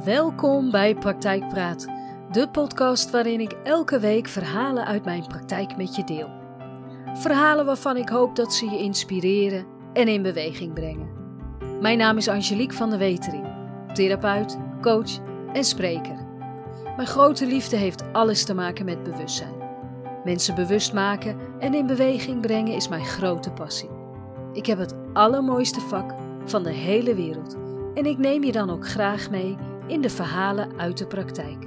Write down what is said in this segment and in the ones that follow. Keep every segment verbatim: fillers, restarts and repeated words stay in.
Welkom bij Praktijkpraat, de podcast waarin ik elke week verhalen uit mijn praktijk met je deel. Verhalen waarvan ik hoop dat ze je inspireren en in beweging brengen. Mijn naam is Angelique van de Wetering, therapeut, coach en spreker. Mijn grote liefde heeft alles te maken met bewustzijn. Mensen bewust maken en in beweging brengen is mijn grote passie. Ik heb het allermooiste vak van de hele wereld en ik neem je dan ook graag mee in de verhalen uit de praktijk.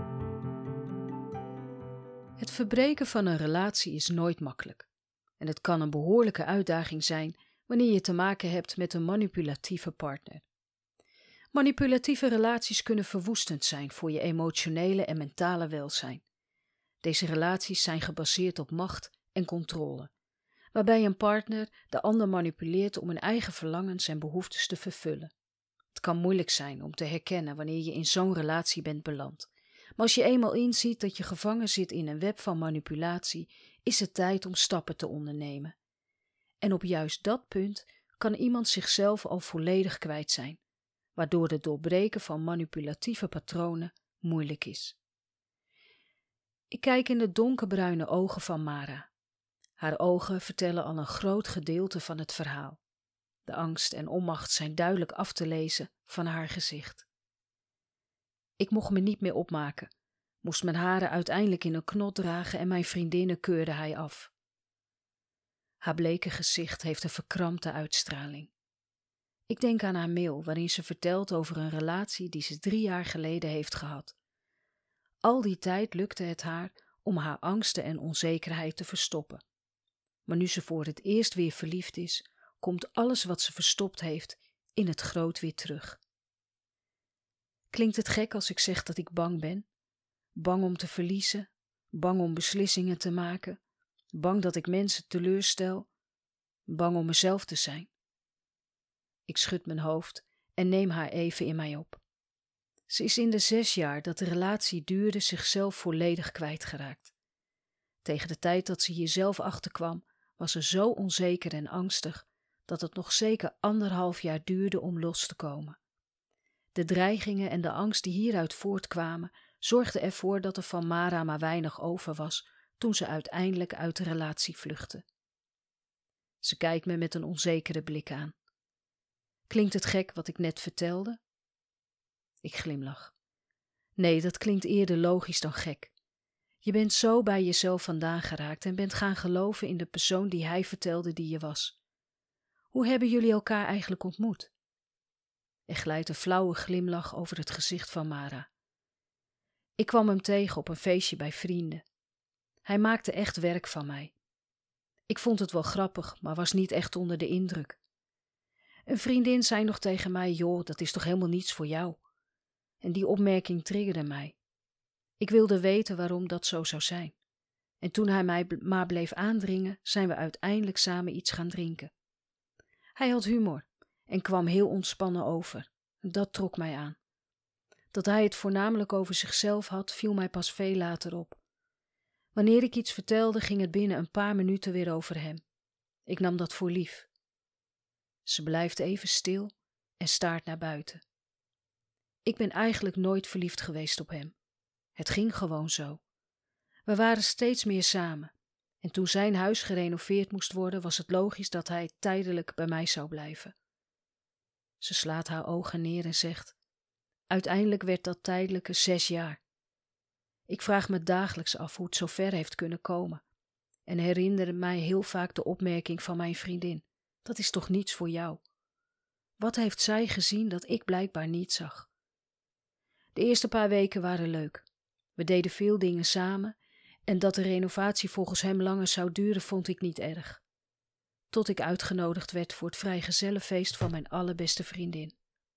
Het verbreken van een relatie is nooit makkelijk. En het kan een behoorlijke uitdaging zijn wanneer je te maken hebt met een manipulatieve partner. Manipulatieve relaties kunnen verwoestend zijn voor je emotionele en mentale welzijn. Deze relaties zijn gebaseerd op macht en controle, waarbij een partner de ander manipuleert om hun eigen verlangens en behoeftes te vervullen. Het kan moeilijk zijn om te herkennen wanneer je in zo'n relatie bent beland. Maar als je eenmaal inziet dat je gevangen zit in een web van manipulatie, is het tijd om stappen te ondernemen. En op juist dat punt kan iemand zichzelf al volledig kwijt zijn, waardoor het doorbreken van manipulatieve patronen moeilijk is. Ik kijk in de donkerbruine ogen van Mara. Haar ogen vertellen al een groot gedeelte van het verhaal. De angst en onmacht zijn duidelijk af te lezen van haar gezicht. Ik mocht me niet meer opmaken, moest mijn haren uiteindelijk in een knot dragen en mijn vriendinnen keurde hij af. Haar bleke gezicht heeft een verkrampte uitstraling. Ik denk aan haar mail waarin ze vertelt over een relatie die ze drie jaar geleden heeft gehad. Al die tijd lukte het haar om haar angsten en onzekerheid te verstoppen. Maar nu ze voor het eerst weer verliefd is, komt alles wat ze verstopt heeft in het groot weer terug. Klinkt het gek als ik zeg dat ik bang ben? Bang om te verliezen, bang om beslissingen te maken, bang dat ik mensen teleurstel, bang om mezelf te zijn. Ik schud mijn hoofd en neem haar even in mij op. Ze is in de zes jaar dat de relatie duurde zichzelf volledig kwijtgeraakt. Tegen de tijd dat ze hier zelf achterkwam, was ze zo onzeker en angstig dat het nog zeker anderhalf jaar duurde om los te komen. De dreigingen en de angst die hieruit voortkwamen, zorgden ervoor dat er van Mara maar weinig over was toen ze uiteindelijk uit de relatie vluchtte. Ze kijkt me met een onzekere blik aan. Klinkt het gek wat ik net vertelde? Ik glimlach. Nee, dat klinkt eerder logisch dan gek. Je bent zo bij jezelf vandaan geraakt en bent gaan geloven in de persoon die hij vertelde die je was. Hoe hebben jullie elkaar eigenlijk ontmoet? Er glijdt een flauwe glimlach over het gezicht van Mara. Ik kwam hem tegen op een feestje bij vrienden. Hij maakte echt werk van mij. Ik vond het wel grappig, maar was niet echt onder de indruk. Een vriendin zei nog tegen mij, joh, dat is toch helemaal niets voor jou? En die opmerking triggerde mij. Ik wilde weten waarom dat zo zou zijn. En toen hij mij maar bleef aandringen, zijn we uiteindelijk samen iets gaan drinken. Hij had humor en kwam heel ontspannen over. Dat trok mij aan. Dat hij het voornamelijk over zichzelf had, viel mij pas veel later op. Wanneer ik iets vertelde, ging het binnen een paar minuten weer over hem. Ik nam dat voor lief. Ze blijft even stil en staart naar buiten. Ik ben eigenlijk nooit verliefd geweest op hem. Het ging gewoon zo. We waren steeds meer samen. En toen zijn huis gerenoveerd moest worden, was het logisch dat hij tijdelijk bij mij zou blijven. Ze slaat haar ogen neer en zegt, uiteindelijk werd dat tijdelijke zes jaar. Ik vraag me dagelijks af hoe het zo ver heeft kunnen komen en herinner mij heel vaak de opmerking van mijn vriendin, dat is toch niets voor jou? Wat heeft zij gezien dat ik blijkbaar niet zag? De eerste paar weken waren leuk. We deden veel dingen samen en dat de renovatie volgens hem langer zou duren vond ik niet erg. Tot ik uitgenodigd werd voor het vrijgezellenfeest van mijn allerbeste vriendin.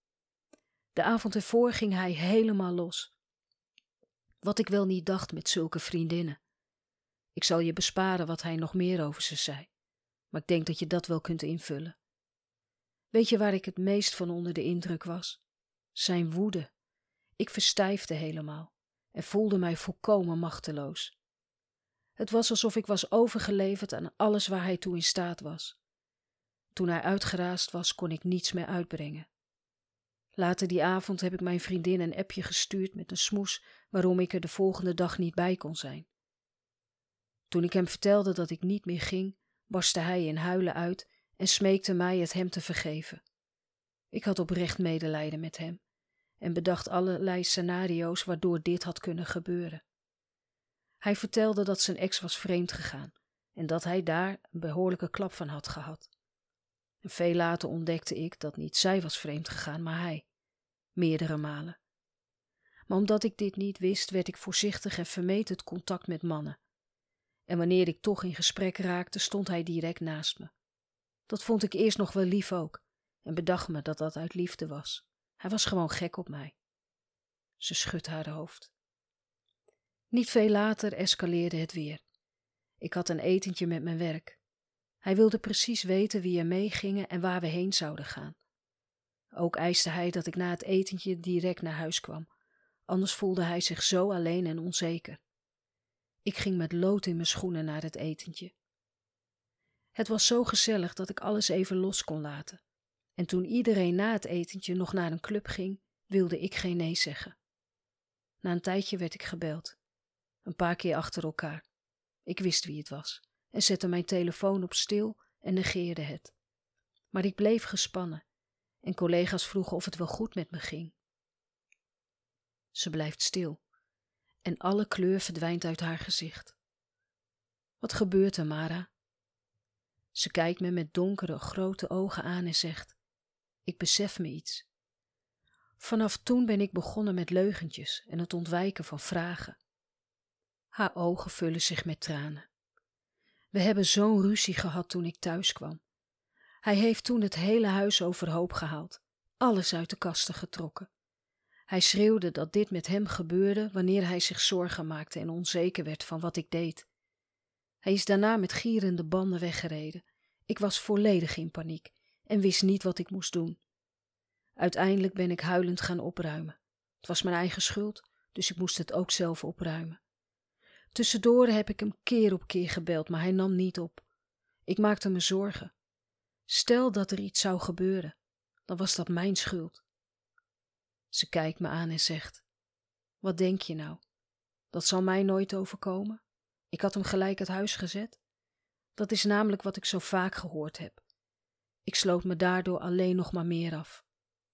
De avond ervoor ging hij helemaal los. Wat ik wel niet dacht met zulke vriendinnen. Ik zal je besparen wat hij nog meer over ze zei, maar ik denk dat je dat wel kunt invullen. Weet je waar ik het meest van onder de indruk was? Zijn woede. Ik verstijfde helemaal en voelde mij volkomen machteloos. Het was alsof ik was overgeleverd aan alles waar hij toe in staat was. Toen hij uitgeraasd was, kon ik niets meer uitbrengen. Later die avond heb ik mijn vriendin een appje gestuurd met een smoes waarom ik er de volgende dag niet bij kon zijn. Toen ik hem vertelde dat ik niet meer ging, barstte hij in huilen uit en smeekte mij het hem te vergeven. Ik had oprecht medelijden met hem en bedacht allerlei scenario's waardoor dit had kunnen gebeuren. Hij vertelde dat zijn ex was vreemd gegaan en dat hij daar een behoorlijke klap van had gehad. En veel later ontdekte ik dat niet zij was vreemd gegaan, maar hij. Meerdere malen. Maar omdat ik dit niet wist, werd ik voorzichtig en vermeed het contact met mannen. En wanneer ik toch in gesprek raakte, stond hij direct naast me. Dat vond ik eerst nog wel lief ook en bedacht me dat dat uit liefde was. Hij was gewoon gek op mij. Ze schudt haar hoofd. Niet veel later escaleerde het weer. Ik had een etentje met mijn werk. Hij wilde precies weten wie er meegingen en waar we heen zouden gaan. Ook eiste hij dat ik na het etentje direct naar huis kwam, anders voelde hij zich zo alleen en onzeker. Ik ging met lood in mijn schoenen naar het etentje. Het was zo gezellig dat ik alles even los kon laten. En toen iedereen na het etentje nog naar een club ging, wilde ik geen nee zeggen. Na een tijdje werd ik gebeld. Een paar keer achter elkaar. Ik wist wie het was en zette mijn telefoon op stil en negeerde het. Maar ik bleef gespannen en collega's vroegen of het wel goed met me ging. Ze blijft stil en alle kleur verdwijnt uit haar gezicht. Wat gebeurt er, Mara? Ze kijkt me met donkere, grote ogen aan en zegt: ik besef me iets. Vanaf toen ben ik begonnen met leugentjes en het ontwijken van vragen. Haar ogen vullen zich met tranen. We hebben zo'n ruzie gehad toen ik thuis kwam. Hij heeft toen het hele huis overhoop gehaald, alles uit de kasten getrokken. Hij schreeuwde dat dit met hem gebeurde wanneer hij zich zorgen maakte en onzeker werd van wat ik deed. Hij is daarna met gierende banden weggereden. Ik was volledig in paniek en wist niet wat ik moest doen. Uiteindelijk ben ik huilend gaan opruimen. Het was mijn eigen schuld, dus ik moest het ook zelf opruimen. Tussendoor heb ik hem keer op keer gebeld, maar hij nam niet op. Ik maakte me zorgen. Stel dat er iets zou gebeuren, dan was dat mijn schuld. Ze kijkt me aan en zegt: wat denk je nou? Dat zal mij nooit overkomen? Ik had hem gelijk uit huis gezet. Dat is namelijk wat ik zo vaak gehoord heb. Ik sloot me daardoor alleen nog maar meer af.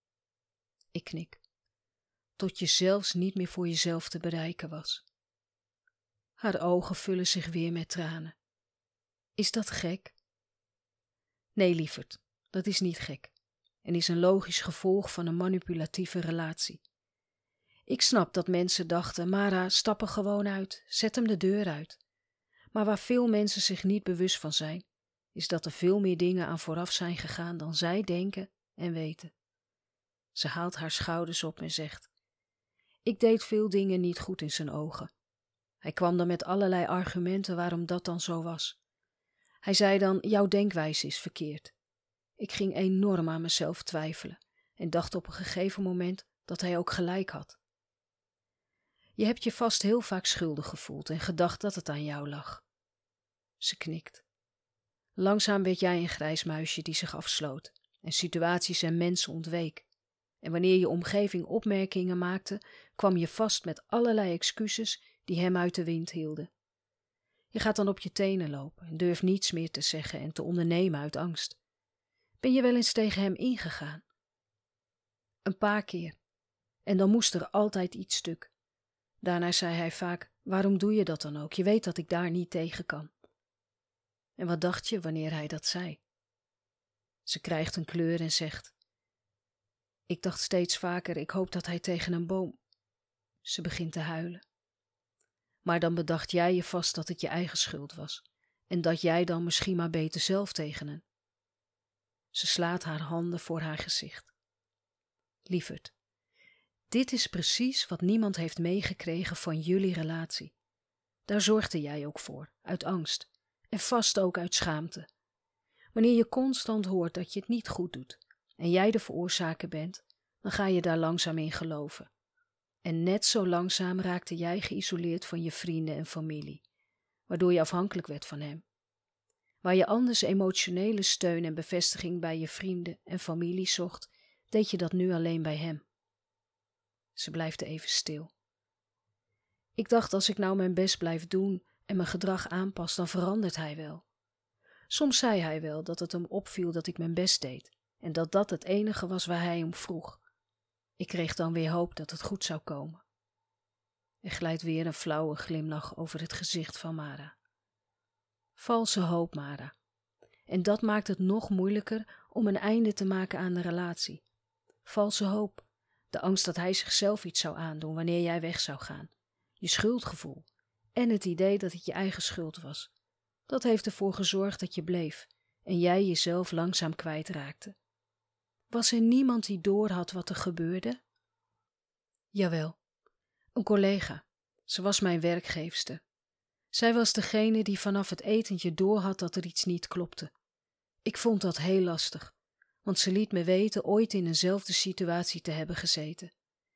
Ik knik. Tot je zelfs niet meer voor jezelf te bereiken was. Haar ogen vullen zich weer met tranen. Is dat gek? Nee, lieverd, dat is niet gek en is een logisch gevolg van een manipulatieve relatie. Ik snap dat mensen dachten: Mara, stap er gewoon uit, zet hem de deur uit. Maar waar veel mensen zich niet bewust van zijn, is dat er veel meer dingen aan vooraf zijn gegaan dan zij denken en weten. Ze haalt haar schouders op en zegt: ik deed veel dingen niet goed in zijn ogen. Hij kwam dan met allerlei argumenten waarom dat dan zo was. Hij zei dan: jouw denkwijze is verkeerd. Ik ging enorm aan mezelf twijfelen en dacht op een gegeven moment dat hij ook gelijk had. Je hebt je vast heel vaak schuldig gevoeld en gedacht dat het aan jou lag. Ze knikt. Langzaam werd jij een grijs muisje die zich afsloot en situaties en mensen ontweek. En wanneer je omgeving opmerkingen maakte, kwam je vast met allerlei excuses die hem uit de wind hielden. Je gaat dan op je tenen lopen en durft niets meer te zeggen en te ondernemen uit angst. Ben je wel eens tegen hem ingegaan? Een paar keer. En dan moest er altijd iets stuk. Daarna zei hij vaak: waarom doe je dat dan ook? Je weet dat ik daar niet tegen kan. En wat dacht je wanneer hij dat zei? Ze krijgt een kleur en zegt: ik dacht steeds vaker, ik hoop dat hij tegen een boom... Ze begint te huilen. Maar dan bedacht jij je vast dat het je eigen schuld was en dat jij dan misschien maar beter zelf tegen hem. Ze slaat haar handen voor haar gezicht. Lieverd, dit is precies wat niemand heeft meegekregen van jullie relatie. Daar zorgde jij ook voor, uit angst en vast ook uit schaamte. Wanneer je constant hoort dat je het niet goed doet en jij de veroorzaker bent, dan ga je daar langzaam in geloven. En net zo langzaam raakte jij geïsoleerd van je vrienden en familie, waardoor je afhankelijk werd van hem. Waar je anders emotionele steun en bevestiging bij je vrienden en familie zocht, Deed je dat nu alleen bij hem? Ze blijft even stil. Ik dacht, als ik nou mijn best blijf doen en mijn gedrag aanpas, dan verandert hij wel. Soms zei hij wel dat het hem opviel dat ik mijn best deed en dat dat het enige was waar hij om vroeg. Ik kreeg dan weer hoop dat het goed zou komen. Er glijdt weer een flauwe glimlach over het gezicht van Mara. Valse hoop, Mara. En dat maakt het nog moeilijker om een einde te maken aan de relatie. Valse hoop. De angst dat hij zichzelf iets zou aandoen wanneer jij weg zou gaan. Je schuldgevoel. En het idee dat het je eigen schuld was. Dat heeft ervoor gezorgd dat je bleef en jij jezelf langzaam kwijtraakte. Was er niemand die doorhad wat er gebeurde? Jawel, een collega. Ze was mijn werkgeefster. Zij was degene die vanaf het etentje doorhad dat er iets niet klopte. Ik vond dat heel lastig, want ze liet me weten ooit in eenzelfde situatie te hebben gezeten.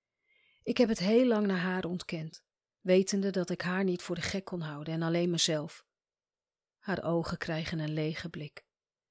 Ik heb het heel lang naar haar ontkend, wetende dat ik haar niet voor de gek kon houden en alleen mezelf. Haar ogen krijgen een lege blik.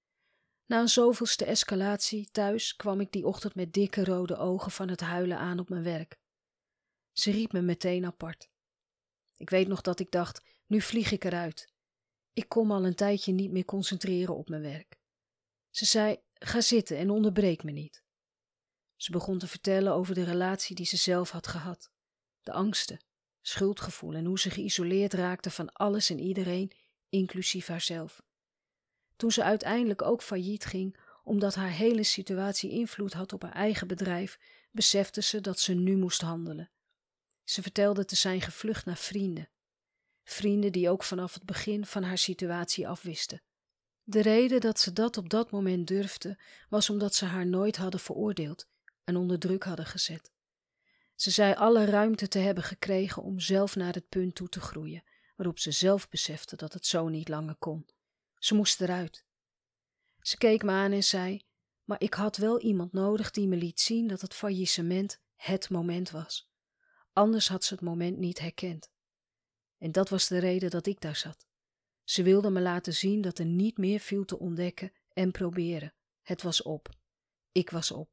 Na een zoveelste escalatie thuis kwam ik die ochtend met dikke rode ogen van het huilen aan op mijn werk. Ze riep me meteen apart. Ik weet nog dat ik dacht, nu vlieg ik eruit. Ik kon me al een tijdje niet meer concentreren op mijn werk. Ze zei, ga zitten en onderbreek me niet. Ze begon te vertellen over de relatie die ze zelf had gehad. De angsten, schuldgevoel en hoe ze geïsoleerd raakte van alles en iedereen, inclusief haarzelf. Toen ze uiteindelijk ook failliet ging, omdat haar hele situatie invloed had op haar eigen bedrijf, besefte ze dat ze nu moest handelen. Ze vertelde te zijn gevlucht naar vrienden. Vrienden die ook vanaf het begin van haar situatie afwisten. De reden dat ze dat op dat moment durfde, was omdat ze haar nooit hadden veroordeeld en onder druk hadden gezet. Ze zei alle ruimte te hebben gekregen om zelf naar het punt toe te groeien, waarop ze zelf besefte dat het zo niet langer kon. Ze moest eruit. Ze keek me aan en zei, maar ik had wel iemand nodig die me liet zien dat het faillissement het moment was. Anders had ze het moment niet herkend. En dat was de reden dat ik daar zat. Ze wilde me laten zien dat er niet meer viel te ontdekken en proberen. Het was op. Ik was op.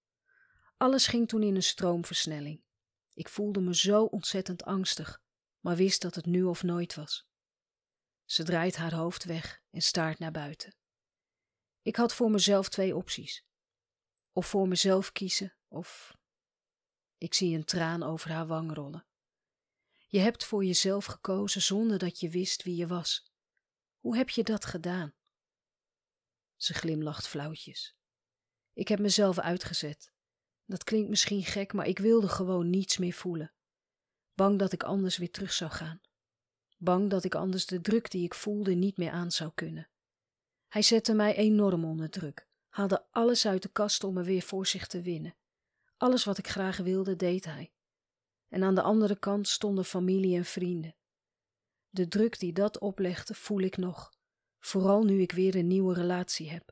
Alles ging toen in een stroomversnelling. Ik voelde me zo ontzettend angstig, maar wist dat het nu of nooit was. Ze draait haar hoofd weg en staart naar buiten. Ik had voor mezelf twee opties. Of voor mezelf kiezen, of... Ik zie een traan over haar wang rollen. Je hebt voor jezelf gekozen zonder dat je wist wie je was. Hoe heb je dat gedaan? Ze glimlacht flauwtjes. Ik heb mezelf uitgezet. Dat klinkt misschien gek, maar ik wilde gewoon niets meer voelen. Bang dat ik anders weer terug zou gaan. Bang dat ik anders de druk die ik voelde niet meer aan zou kunnen. Hij zette mij enorm onder druk, haalde alles uit de kast om me weer voor zich te winnen. Alles wat ik graag wilde, deed hij. En aan de andere kant stonden familie en vrienden. De druk die dat oplegde, voel ik nog, vooral nu ik weer een nieuwe relatie heb.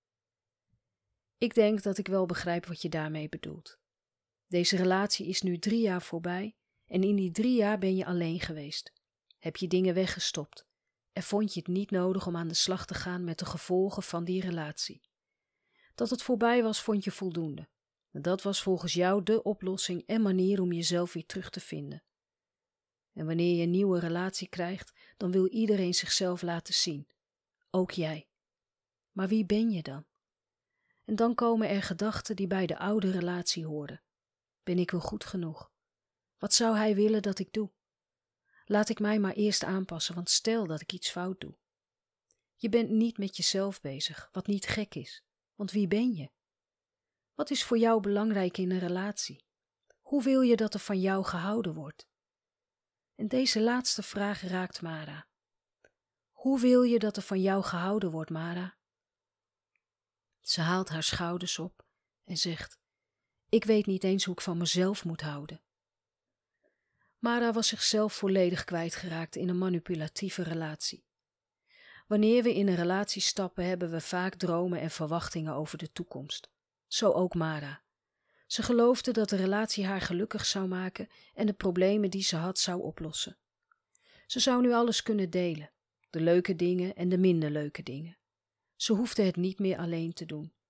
Ik denk dat ik wel begrijp wat je daarmee bedoelt. Deze relatie is nu drie jaar voorbij en in die drie jaar ben je alleen geweest. Heb je dingen weggestopt en vond je het niet nodig om aan de slag te gaan met de gevolgen van die relatie. Dat het voorbij was, vond je voldoende. Dat was volgens jou de oplossing en manier om jezelf weer terug te vinden. En wanneer je een nieuwe relatie krijgt, dan wil iedereen zichzelf laten zien. Ook jij. Maar wie ben je dan? En dan komen er gedachten die bij de oude relatie hoorden. Ben ik wel goed genoeg? Wat zou hij willen dat ik doe? Laat ik mij maar eerst aanpassen, want stel dat ik iets fout doe. Je bent niet met jezelf bezig, wat niet gek is. Want wie ben je? Wat is voor jou belangrijk in een relatie? Hoe wil je dat er van jou gehouden wordt? En deze laatste vraag raakt Mara. Hoe wil je dat er van jou gehouden wordt, Mara? Ze haalt haar schouders op en zegt, ik weet niet eens hoe ik van mezelf moet houden. Mara was zichzelf volledig kwijtgeraakt in een manipulatieve relatie. Wanneer we in een relatie stappen, hebben we vaak dromen en verwachtingen over de toekomst. Zo ook Mara. Ze geloofde dat de relatie haar gelukkig zou maken en de problemen die ze had zou oplossen. Ze zou nu alles kunnen delen, de leuke dingen en de minder leuke dingen. Ze hoefde het niet meer alleen te doen.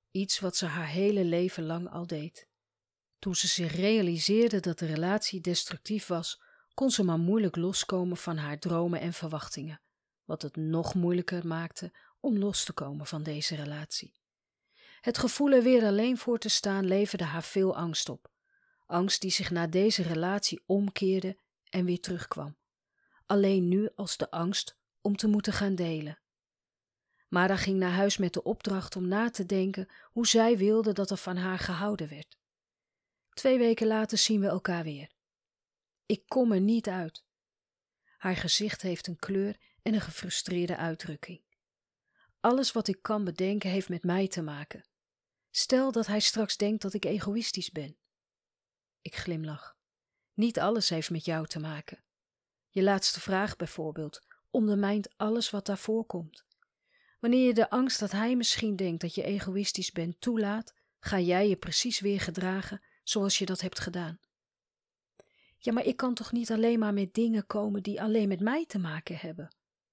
Iets wat ze haar hele leven lang al deed. Toen ze zich realiseerde dat de relatie destructief was, kon ze maar moeilijk loskomen van haar dromen en verwachtingen, wat het nog moeilijker maakte om los te komen van deze relatie. Het gevoel er weer alleen voor te staan leverde haar veel angst op. Angst die zich na deze relatie omkeerde en weer terugkwam. Alleen nu als de angst om te moeten gaan delen. Mara ging naar huis met de opdracht om na te denken hoe zij wilde dat er van haar gehouden werd. Twee weken later zien we elkaar weer. Ik kom er niet uit. Haar gezicht heeft een kleur en een gefrustreerde uitdrukking. Alles wat ik kan bedenken heeft met mij te maken. Stel dat hij straks denkt dat ik egoïstisch ben. Ik glimlach. Niet alles heeft met jou te maken. Je laatste vraag bijvoorbeeld ondermijnt alles wat daarvoor komt. Wanneer je de angst dat hij misschien denkt dat je egoïstisch bent toelaat, ga jij je precies weer gedragen zoals je dat hebt gedaan. Ja, maar ik kan toch niet alleen maar met dingen komen die alleen met mij te maken hebben?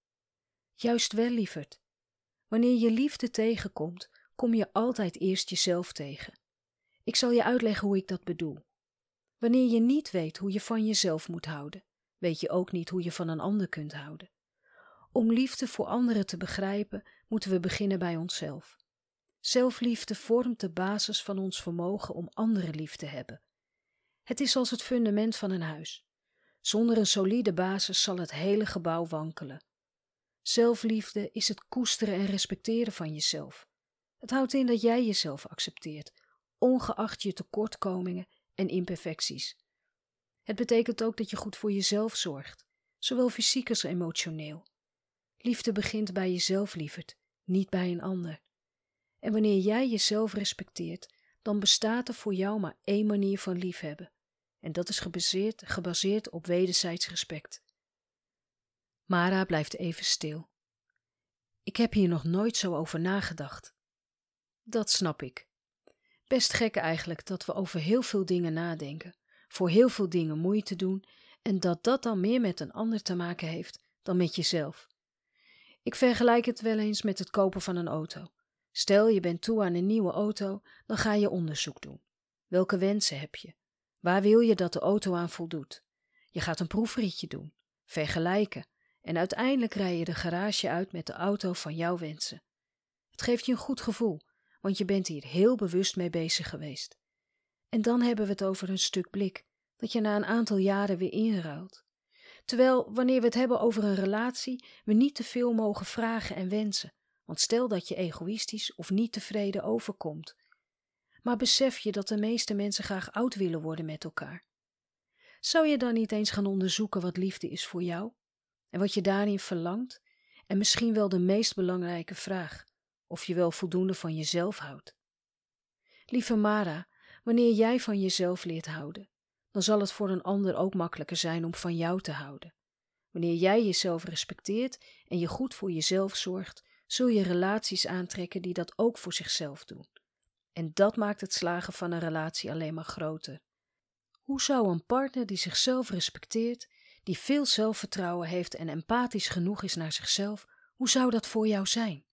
Juist wel, lieverd. Wanneer je liefde tegenkomt, kom je altijd eerst jezelf tegen. Ik zal je uitleggen hoe ik dat bedoel. Wanneer je niet weet hoe je van jezelf moet houden, weet je ook niet hoe je van een ander kunt houden. Om liefde voor anderen te begrijpen, moeten we beginnen bij onszelf. Zelfliefde vormt de basis van ons vermogen om anderen lief te hebben. Het is als het fundament van een huis. Zonder een solide basis zal het hele gebouw wankelen. Zelfliefde is het koesteren en respecteren van jezelf. Het houdt in dat jij jezelf accepteert, ongeacht je tekortkomingen en imperfecties. Het betekent ook dat je goed voor jezelf zorgt, zowel fysiek als emotioneel. Liefde begint bij jezelf, lieverd, niet bij een ander. En wanneer jij jezelf respecteert, dan bestaat er voor jou maar één manier van liefhebben. En dat is gebaseerd, gebaseerd op wederzijds respect. Mara blijft even stil. Ik heb hier nog nooit zo over nagedacht. Dat snap ik. Best gek eigenlijk dat we over heel veel dingen nadenken, voor heel veel dingen moeite doen en dat dat dan meer met een ander te maken heeft dan met jezelf. Ik vergelijk het wel eens met het kopen van een auto. Stel je bent toe aan een nieuwe auto, dan ga je onderzoek doen. Welke wensen heb je? Waar wil je dat de auto aan voldoet? Je gaat een proefritje doen, vergelijken en uiteindelijk rij je de garage uit met de auto van jouw wensen. Het geeft je een goed gevoel, want je bent hier heel bewust mee bezig geweest. En dan hebben we het over een stuk blik, dat je na een aantal jaren weer inruilt. Terwijl, wanneer we het hebben over een relatie, we niet te veel mogen vragen en wensen, want stel dat je egoïstisch of niet tevreden overkomt. Maar besef je dat de meeste mensen graag oud willen worden met elkaar? Zou je dan niet eens gaan onderzoeken wat liefde is voor jou? En wat je daarin verlangt? En misschien wel de meest belangrijke vraag, of je wel voldoende van jezelf houdt. Lieve Mara, wanneer jij van jezelf leert houden, dan zal het voor een ander ook makkelijker zijn om van jou te houden. Wanneer jij jezelf respecteert en je goed voor jezelf zorgt, zul je relaties aantrekken die dat ook voor zichzelf doen. En dat maakt het slagen van een relatie alleen maar groter. Hoe zou een partner die zichzelf respecteert, die veel zelfvertrouwen heeft en empathisch genoeg is naar zichzelf, hoe zou dat voor jou zijn?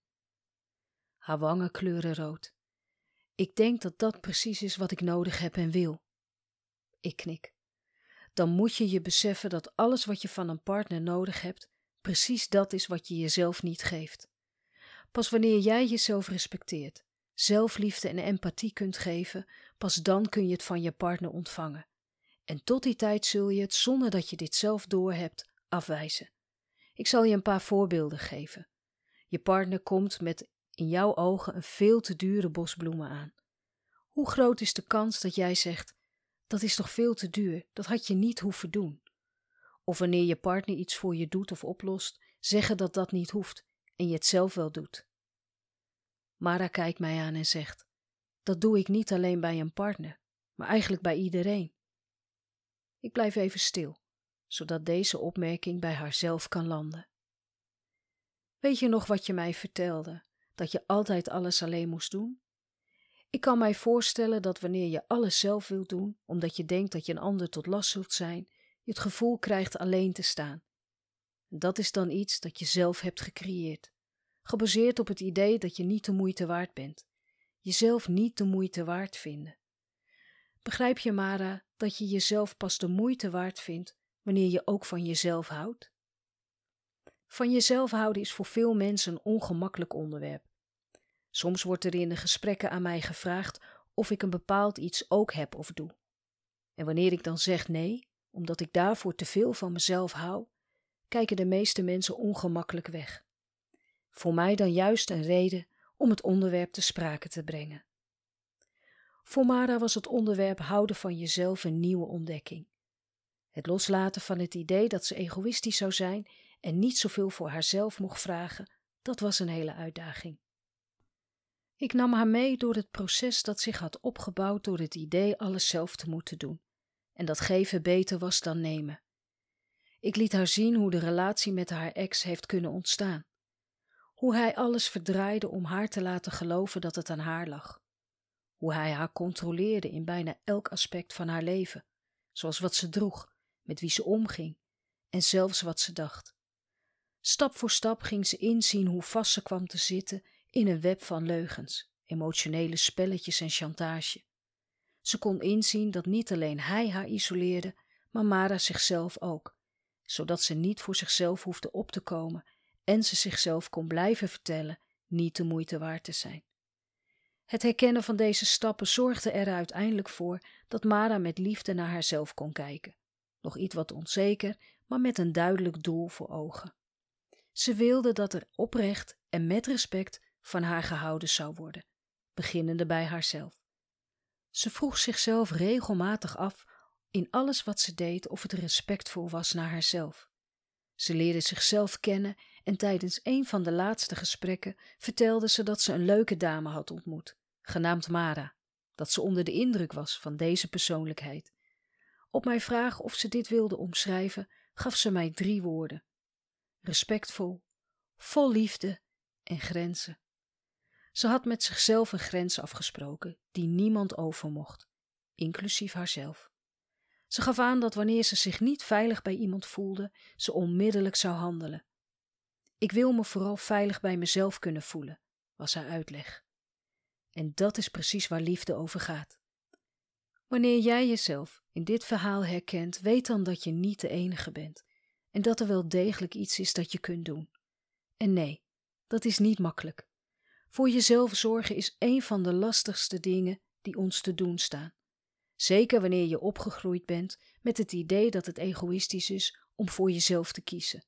Haar wangen kleuren rood. Ik denk dat dat precies is wat ik nodig heb en wil. Ik knik. Dan moet je je beseffen dat alles wat je van een partner nodig hebt, precies dat is wat je jezelf niet geeft. Pas wanneer jij jezelf respecteert, zelfliefde en empathie kunt geven, pas dan kun je het van je partner ontvangen. En tot die tijd zul je het, zonder dat je dit zelf doorhebt, afwijzen. Ik zal je een paar voorbeelden geven. Je partner komt met in jouw ogen een veel te dure bos bloemen aan. Hoe groot is de kans dat jij zegt, dat is toch veel te duur, dat had je niet hoeven doen? Of wanneer je partner iets voor je doet of oplost, zeggen dat dat niet hoeft en je het zelf wel doet. Mara kijkt mij aan en zegt, dat doe ik niet alleen bij een partner, maar eigenlijk bij iedereen. Ik blijf even stil, zodat deze opmerking bij haarzelf kan landen. Weet je nog wat je mij vertelde, dat je altijd alles alleen moest doen? Ik kan mij voorstellen dat wanneer je alles zelf wilt doen, omdat je denkt dat je een ander tot last zult zijn, je het gevoel krijgt alleen te staan. Dat is dan iets dat je zelf hebt gecreëerd, gebaseerd op het idee dat je niet de moeite waard bent. jezelf niet de moeite waard vinden. Begrijp je, Mara, dat je jezelf pas de moeite waard vindt wanneer je ook van jezelf houdt? Van jezelf houden is voor veel mensen een ongemakkelijk onderwerp. Soms wordt er in de gesprekken aan mij gevraagd of ik een bepaald iets ook heb of doe. En wanneer ik dan zeg nee, omdat ik daarvoor te veel van mezelf hou, kijken de meeste mensen ongemakkelijk weg. Voor mij dan juist een reden om het onderwerp te sprake te brengen. Voor Mara was het onderwerp houden van jezelf een nieuwe ontdekking. Het loslaten van het idee dat ze egoïstisch zou zijn en niet zoveel voor haarzelf mocht vragen, dat was een hele uitdaging. Ik nam haar mee door het proces dat zich had opgebouwd door het idee alles zelf te moeten doen en dat geven beter was dan nemen. Ik liet haar zien hoe de relatie met haar ex heeft kunnen ontstaan. Hoe hij alles verdraaide om haar te laten geloven dat het aan haar lag. Hoe hij haar controleerde in bijna elk aspect van haar leven, zoals wat ze droeg, met wie ze omging en zelfs wat ze dacht. Stap voor stap ging ze inzien hoe vast ze kwam te zitten in een web van leugens, emotionele spelletjes en chantage. Ze kon inzien dat niet alleen hij haar isoleerde, maar Mara zichzelf ook, zodat ze niet voor zichzelf hoefde op te komen en ze zichzelf kon blijven vertellen niet de moeite waard te zijn. Het herkennen van deze stappen zorgde er uiteindelijk voor dat Mara met liefde naar haarzelf kon kijken. Nog iets wat onzeker, maar met een duidelijk doel voor ogen. Ze wilde dat er oprecht en met respect van haar gehouden zou worden, beginnende bij haarzelf. Ze vroeg zichzelf regelmatig af in alles wat ze deed of het respectvol was naar haarzelf. Ze leerde zichzelf kennen en tijdens een van de laatste gesprekken vertelde ze dat ze een leuke dame had ontmoet, genaamd Mara, dat ze onder de indruk was van deze persoonlijkheid. Op mijn vraag of ze dit wilde omschrijven, gaf ze mij drie woorden: respectvol, vol liefde en grenzen. Ze had met zichzelf een grens afgesproken die niemand over mocht, inclusief haarzelf. Ze gaf aan dat wanneer ze zich niet veilig bij iemand voelde, ze onmiddellijk zou handelen. Ik wil me vooral veilig bij mezelf kunnen voelen, was haar uitleg. En dat is precies waar liefde over gaat. Wanneer jij jezelf in dit verhaal herkent, weet dan dat je niet de enige bent en dat er wel degelijk iets is dat je kunt doen. En nee, dat is niet makkelijk. Voor jezelf zorgen is een van de lastigste dingen die ons te doen staan. Zeker wanneer je opgegroeid bent met het idee dat het egoïstisch is om voor jezelf te kiezen.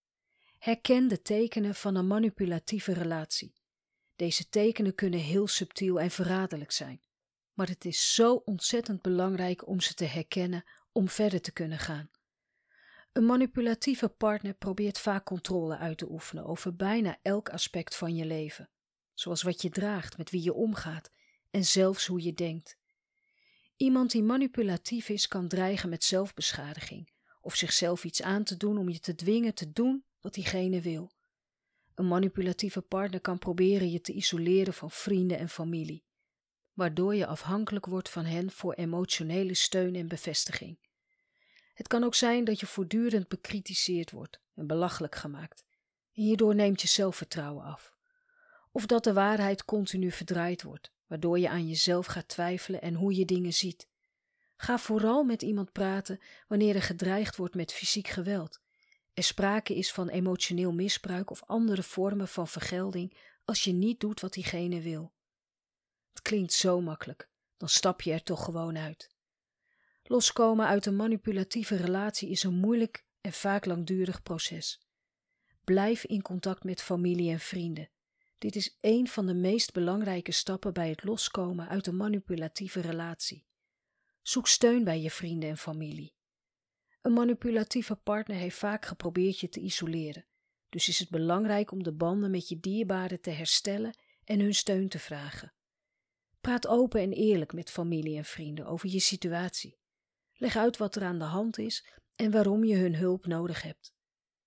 Herken de tekenen van een manipulatieve relatie. Deze tekenen kunnen heel subtiel en verraderlijk zijn, maar het is zo ontzettend belangrijk om ze te herkennen om verder te kunnen gaan. Een manipulatieve partner probeert vaak controle uit te oefenen over bijna elk aspect van je leven, zoals wat je draagt, met wie je omgaat en zelfs hoe je denkt. Iemand die manipulatief is kan dreigen met zelfbeschadiging of zichzelf iets aan te doen om je te dwingen te doen wat diegene wil. Een manipulatieve partner kan proberen je te isoleren van vrienden en familie, waardoor je afhankelijk wordt van hen voor emotionele steun en bevestiging. Het kan ook zijn dat je voortdurend bekritiseerd wordt en belachelijk gemaakt en hierdoor neemt je zelfvertrouwen af. Of dat de waarheid continu verdraaid wordt, waardoor je aan jezelf gaat twijfelen en hoe je dingen ziet. Ga vooral met iemand praten wanneer er gedreigd wordt met fysiek geweld. Er sprake is van emotioneel misbruik of andere vormen van vergelding als je niet doet wat diegene wil. Het klinkt zo makkelijk, dan stap je er toch gewoon uit. Loskomen uit een manipulatieve relatie is een moeilijk en vaak langdurig proces. Blijf in contact met familie en vrienden. Dit is een van de meest belangrijke stappen bij het loskomen uit een manipulatieve relatie. Zoek steun bij je vrienden en familie. Een manipulatieve partner heeft vaak geprobeerd je te isoleren, dus is het belangrijk om de banden met je dierbaren te herstellen en hun steun te vragen. Praat open en eerlijk met familie en vrienden over je situatie. Leg uit wat er aan de hand is en waarom je hun hulp nodig hebt.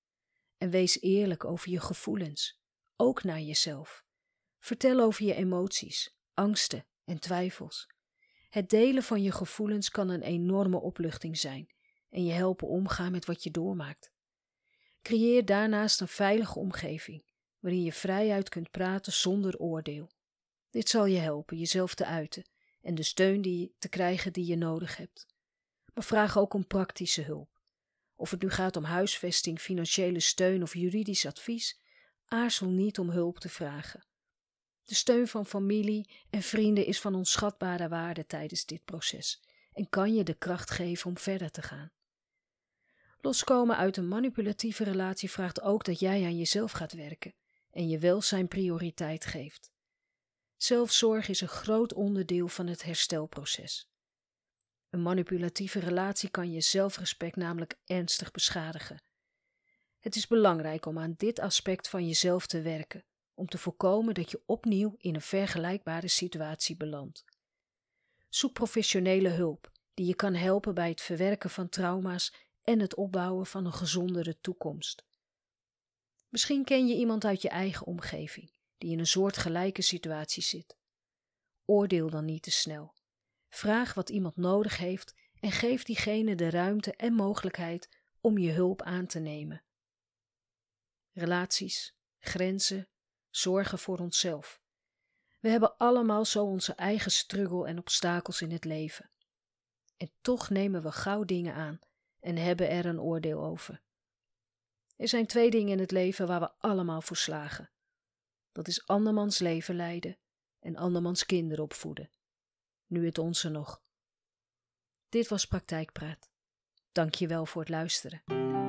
En wees eerlijk over je gevoelens, ook naar jezelf. Vertel over je emoties, angsten en twijfels. Het delen van je gevoelens kan een enorme opluchting zijn en je helpen omgaan met wat je doormaakt. Creëer daarnaast een veilige omgeving, waarin je vrijuit kunt praten zonder oordeel. Dit zal je helpen jezelf te uiten en de steun die, te krijgen die je nodig hebt. Maar vraag ook om praktische hulp. Of het nu gaat om huisvesting, financiële steun of juridisch advies, aarzel niet om hulp te vragen. De steun van familie en vrienden is van onschatbare waarde tijdens dit proces en kan je de kracht geven om verder te gaan. Loskomen uit een manipulatieve relatie vraagt ook dat jij aan jezelf gaat werken en je welzijn prioriteit geeft. Zelfzorg is een groot onderdeel van het herstelproces. Een manipulatieve relatie kan je zelfrespect namelijk ernstig beschadigen. Het is belangrijk om aan dit aspect van jezelf te werken, om te voorkomen dat je opnieuw in een vergelijkbare situatie belandt. Zoek professionele hulp die je kan helpen bij het verwerken van trauma's en het opbouwen van een gezondere toekomst. Misschien ken je iemand uit je eigen omgeving die in een soortgelijke situatie zit. Oordeel dan niet te snel. Vraag wat iemand nodig heeft en geef diegene de ruimte en mogelijkheid om je hulp aan te nemen. Relaties, grenzen, zorgen voor onszelf. We hebben allemaal zo onze eigen struggle en obstakels in het leven. En toch nemen we gauw dingen aan en hebben er een oordeel over. Er zijn twee dingen in het leven waar we allemaal voor slagen. Dat is andermans leven leiden en andermans kinderen opvoeden. Nu het onze nog. Dit was Praktijkpraat. Dank je wel voor het luisteren.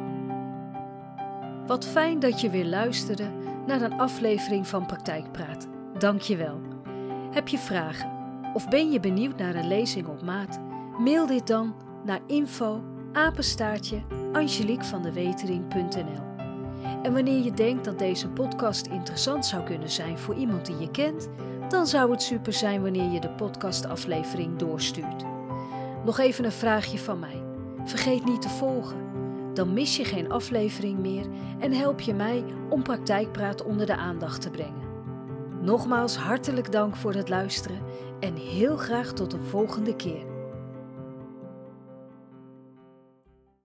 Wat fijn dat je weer luisterde naar een aflevering van Praktijkpraat. Dank je wel. Heb je vragen of ben je benieuwd naar een lezing op maat? Mail dit dan naar info apenstaartje angeliekvandewetering punt n l. En wanneer je denkt dat deze podcast interessant zou kunnen zijn voor iemand die je kent, dan zou het super zijn wanneer je de podcastaflevering doorstuurt. Nog even een vraagje van mij. Vergeet niet te volgen. Dan mis je geen aflevering meer en help je mij om Praktijkpraat onder de aandacht te brengen. Nogmaals hartelijk dank voor het luisteren en heel graag tot de volgende keer.